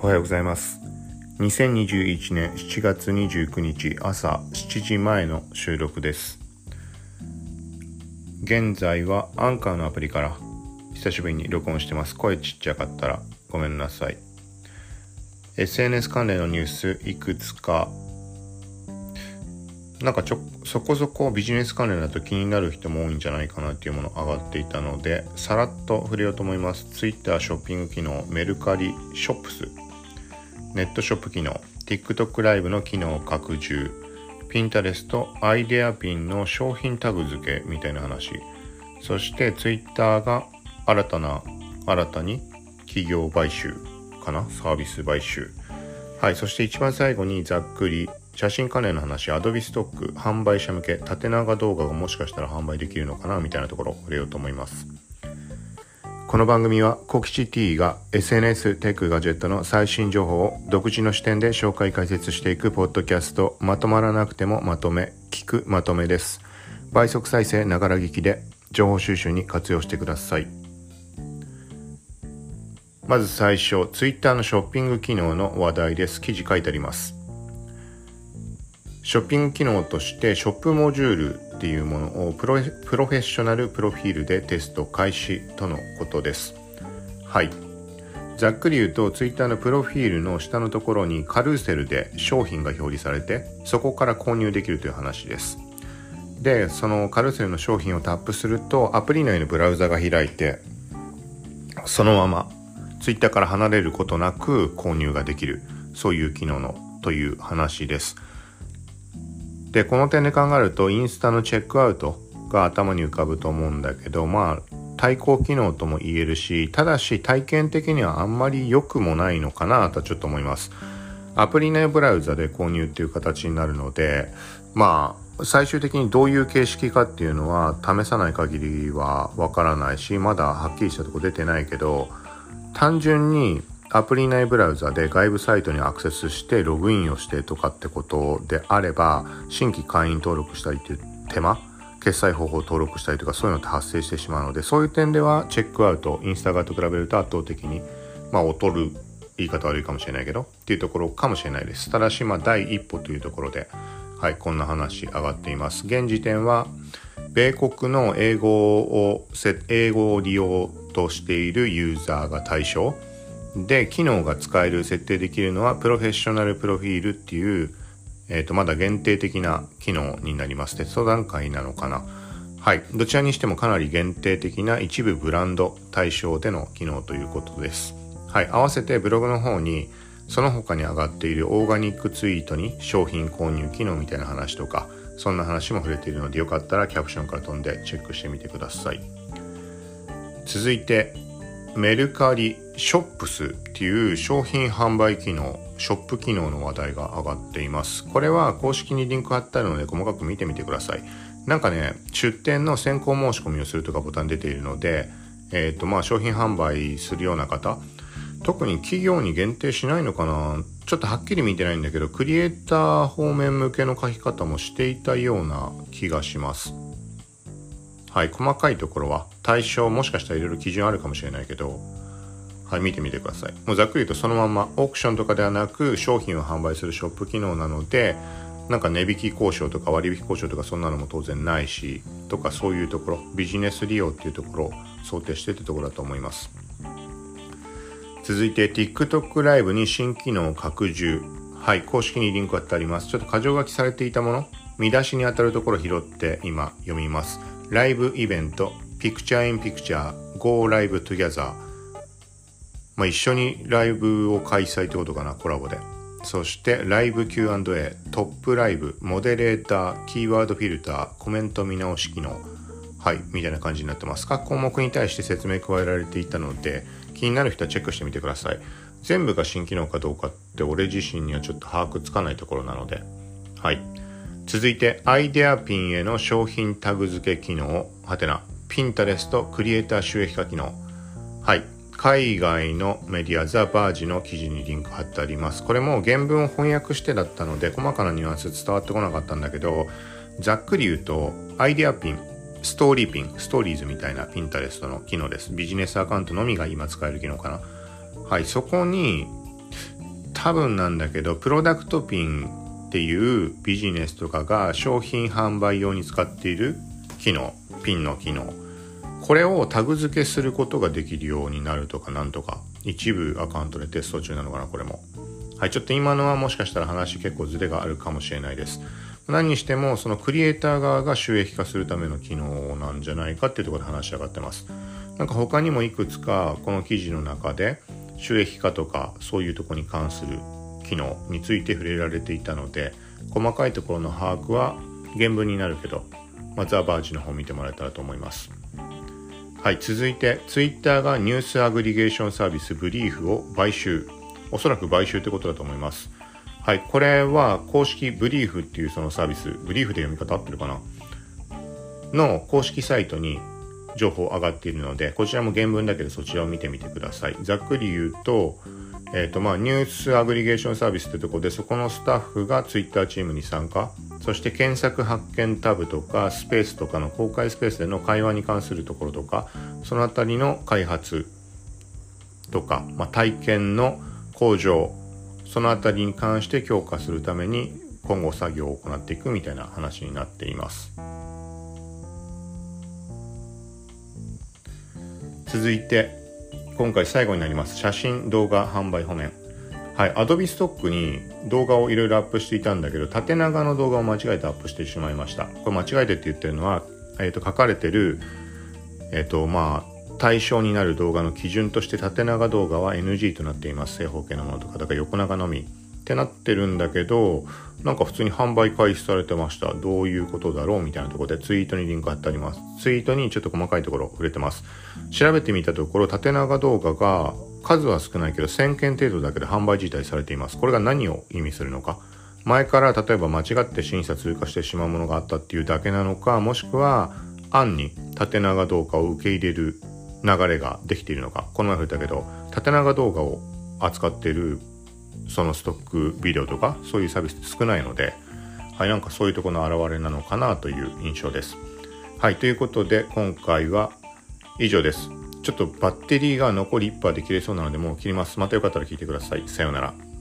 おはようございます。2021年7月29日朝7時前の収録です。現在はアンカーのアプリから久しぶりに録音してます。声ちっちゃかったらごめんなさい。SNS 関連のニュースいくつかそこそこビジネス関連だと気になる人も多いんじゃないかなっていうもの上がっていたので、さらっと触れようと思います。Twitter ショッピング機能、メルカリショップス、ネットショップ機能、TikTok ライブの機能拡充、Pinterest、アイデアピンの商品タグ付けみたいな話、そして Twitter が新たに企業買収かな、サービス買収。はい、そして一番最後にざっくり写真関連の話、Adobe ストック、販売者向け、縦長動画がもしかしたら販売できるのかなみたいなところを触れようと思います。この番組はコキチ T が SNS テックガジェットの最新情報を独自の視点で紹介解説していくポッドキャスト、まとまらなくてもまとめ、聞くまとめです。倍速再生ながら聞きで情報収集に活用してください。まず最初、Twitter のショッピング機能の話題です。記事書いてあります。ショッピング機能としてショップモジュールっていうものをプロフェッショナルプロフィールでテスト開始とのことです。はい。ざっくり言うと Twitter のプロフィールの下のところにカルーセルで商品が表示されて、そこから購入できるという話です。で、そのカルーセルの商品をタップするとアプリ内のブラウザが開いて、そのまま Twitter から離れることなく購入ができる、そういう機能という話です。で、この点で考えるとインスタのチェックアウトが頭に浮かぶと思うんだけど、対抗機能とも言えるし、ただし体験的にはあんまり良くもないのかなとはちょっと思います。アプリ内ブラウザで購入っていう形になるので、最終的にどういう形式かっていうのは試さない限りはわからないし、まだはっきりしたとこ出てないけど、単純にアプリ内ブラウザで外部サイトにアクセスしてログインをしてとかってことであれば、新規会員登録したりっていう手間、決済方法を登録したりとかそういうのって発生してしまうので、そういう点ではチェックアウト、インスタ側と比べると圧倒的に劣る、言い方悪いかもしれないけどっていうところかもしれないです。ただし第一歩というところで、はい、こんな話上がっています。現時点は米国の英語を利用としているユーザーが対象で、機能が使える、設定できるのはプロフェッショナルプロフィールっていう、まだ限定的な機能になります。テスト段階なのかな。はい。どちらにしてもかなり限定的な一部ブランド対象での機能ということです。はい。合わせてブログの方にその他に上がっているオーガニックツイートに商品購入機能みたいな話とか、そんな話も触れているので、よかったらキャプションから飛んでチェックしてみてください。続いて、メルカリショップスっていう商品販売機能、ショップ機能の話題が上がっています。これは公式にリンク貼ってあるので細かく見てみてください。出店の先行申し込みをするとかボタン出ているので、商品販売するような方、特に企業に限定しないのかな、ちょっとはっきり見てないんだけど、クリエイター方面向けの書き方もしていたような気がします。はい、細かいところは対象もしかしたらいろいろ基準あるかもしれないけど、はい、見てみてください。もうざっくり言うとそのままオークションとかではなく商品を販売するショップ機能なので、値引き交渉とか割引交渉とかそんなのも当然ないしとか、そういうところ、ビジネス利用っていうところを想定しているところだと思います。続いて TikTok ライブに新機能拡充。はい、公式にリンク貼ってあります。ちょっと箇条書きされていたもの、見出しに当たるところ拾って今読みます。ライブイベント、ピクチャーインピクチャー、Go Live Together。一緒にライブを開催ってことかな、コラボで。そしてライブ Q&A、トップライブ、モデレーター、キーワードフィルター、コメント見直し機能。はい、みたいな感じになってます。各項目に対して説明加えられていたので、気になる人はチェックしてみてください。全部が新機能かどうかって俺自身にはちょっと把握つかないところなので。はい。続いてアイデアピンへの商品タグ付け機能、Pinterest クリエイター収益化機能。はい。海外のメディアザ・バージの記事にリンク貼ってあります。これも原文を翻訳してだったので細かなニュアンス伝わってこなかったんだけど、ざっくり言うとアイデアピン、ストーリーピン、ストーリーズみたいな Pinterest の機能です。ビジネスアカウントのみが今使える機能かな。はい、そこに多分なんだけど、プロダクトピンっていうビジネスとかが商品販売用に使っている機能、ピンの機能、これをタグ付けすることができるようになるとかなんとか、一部アカウントでテスト中なのかな、これも。はい、ちょっと今のはもしかしたら話結構ズレがあるかもしれないです。何にしてもそのクリエイター側が収益化するための機能なんじゃないかっていうところで話し上がってます。なんか他にもいくつかこの記事の中で収益化とかそういうところに関する機能について触れられていたので、細かいところの把握は原文になるけど、ザ・バージの方を見てもらえたらと思います。はい、続いてツイッターがニュースアグリゲーションサービスブリーフを買収、おそらく買収ってことだと思います。はい、これは公式ブリーフっていうそのサービス、ブリーフで読み方合ってるかなの公式サイトに情報上がっているので、こちらも原文だけどそちらを見てみてください。ざっくり言うと、ニュースアグリゲーションサービスってところで、そこのスタッフがツイッターチームに参加、そして検索発見タブとかスペースとかの公開スペースでの会話に関するところとか、そのあたりの開発とか、体験の向上、そのあたりに関して強化するために今後作業を行っていくみたいな話になっています。続いて今回最後になります。写真動画販売方面。はい、Adobe ストックに動画をいろいろアップしていたんだけど、縦長の動画を間違えてアップしてしまいました。これ間違えてって言ってるのは、書かれてる対象になる動画の基準として縦長動画は NG となっています。正方形のものとか、だから横長のみってなってるんだけど、なんか普通に販売開始されてました。どういうことだろうみたいなところでツイートにリンク貼ってあります。ツイートにちょっと細かいところ触れてます。調べてみたところ、縦長動画が数は少ないけど1000件程度だけで販売自体されています。これが何を意味するのか。前から例えば間違って審査通過してしまうものがあったっていうだけなのか、もしくは案に縦長動画を受け入れる流れができているのか。この前触れたけど、縦長動画を扱っているそのストックビデオとかそういうサービスって少ないので、はい、なんかそういうところの表れなのかなという印象です。はい、ということで今回は以上です。ちょっとバッテリーが残り1%で切れそうなのでもう切ります。またよかったら聞いてください。さようなら。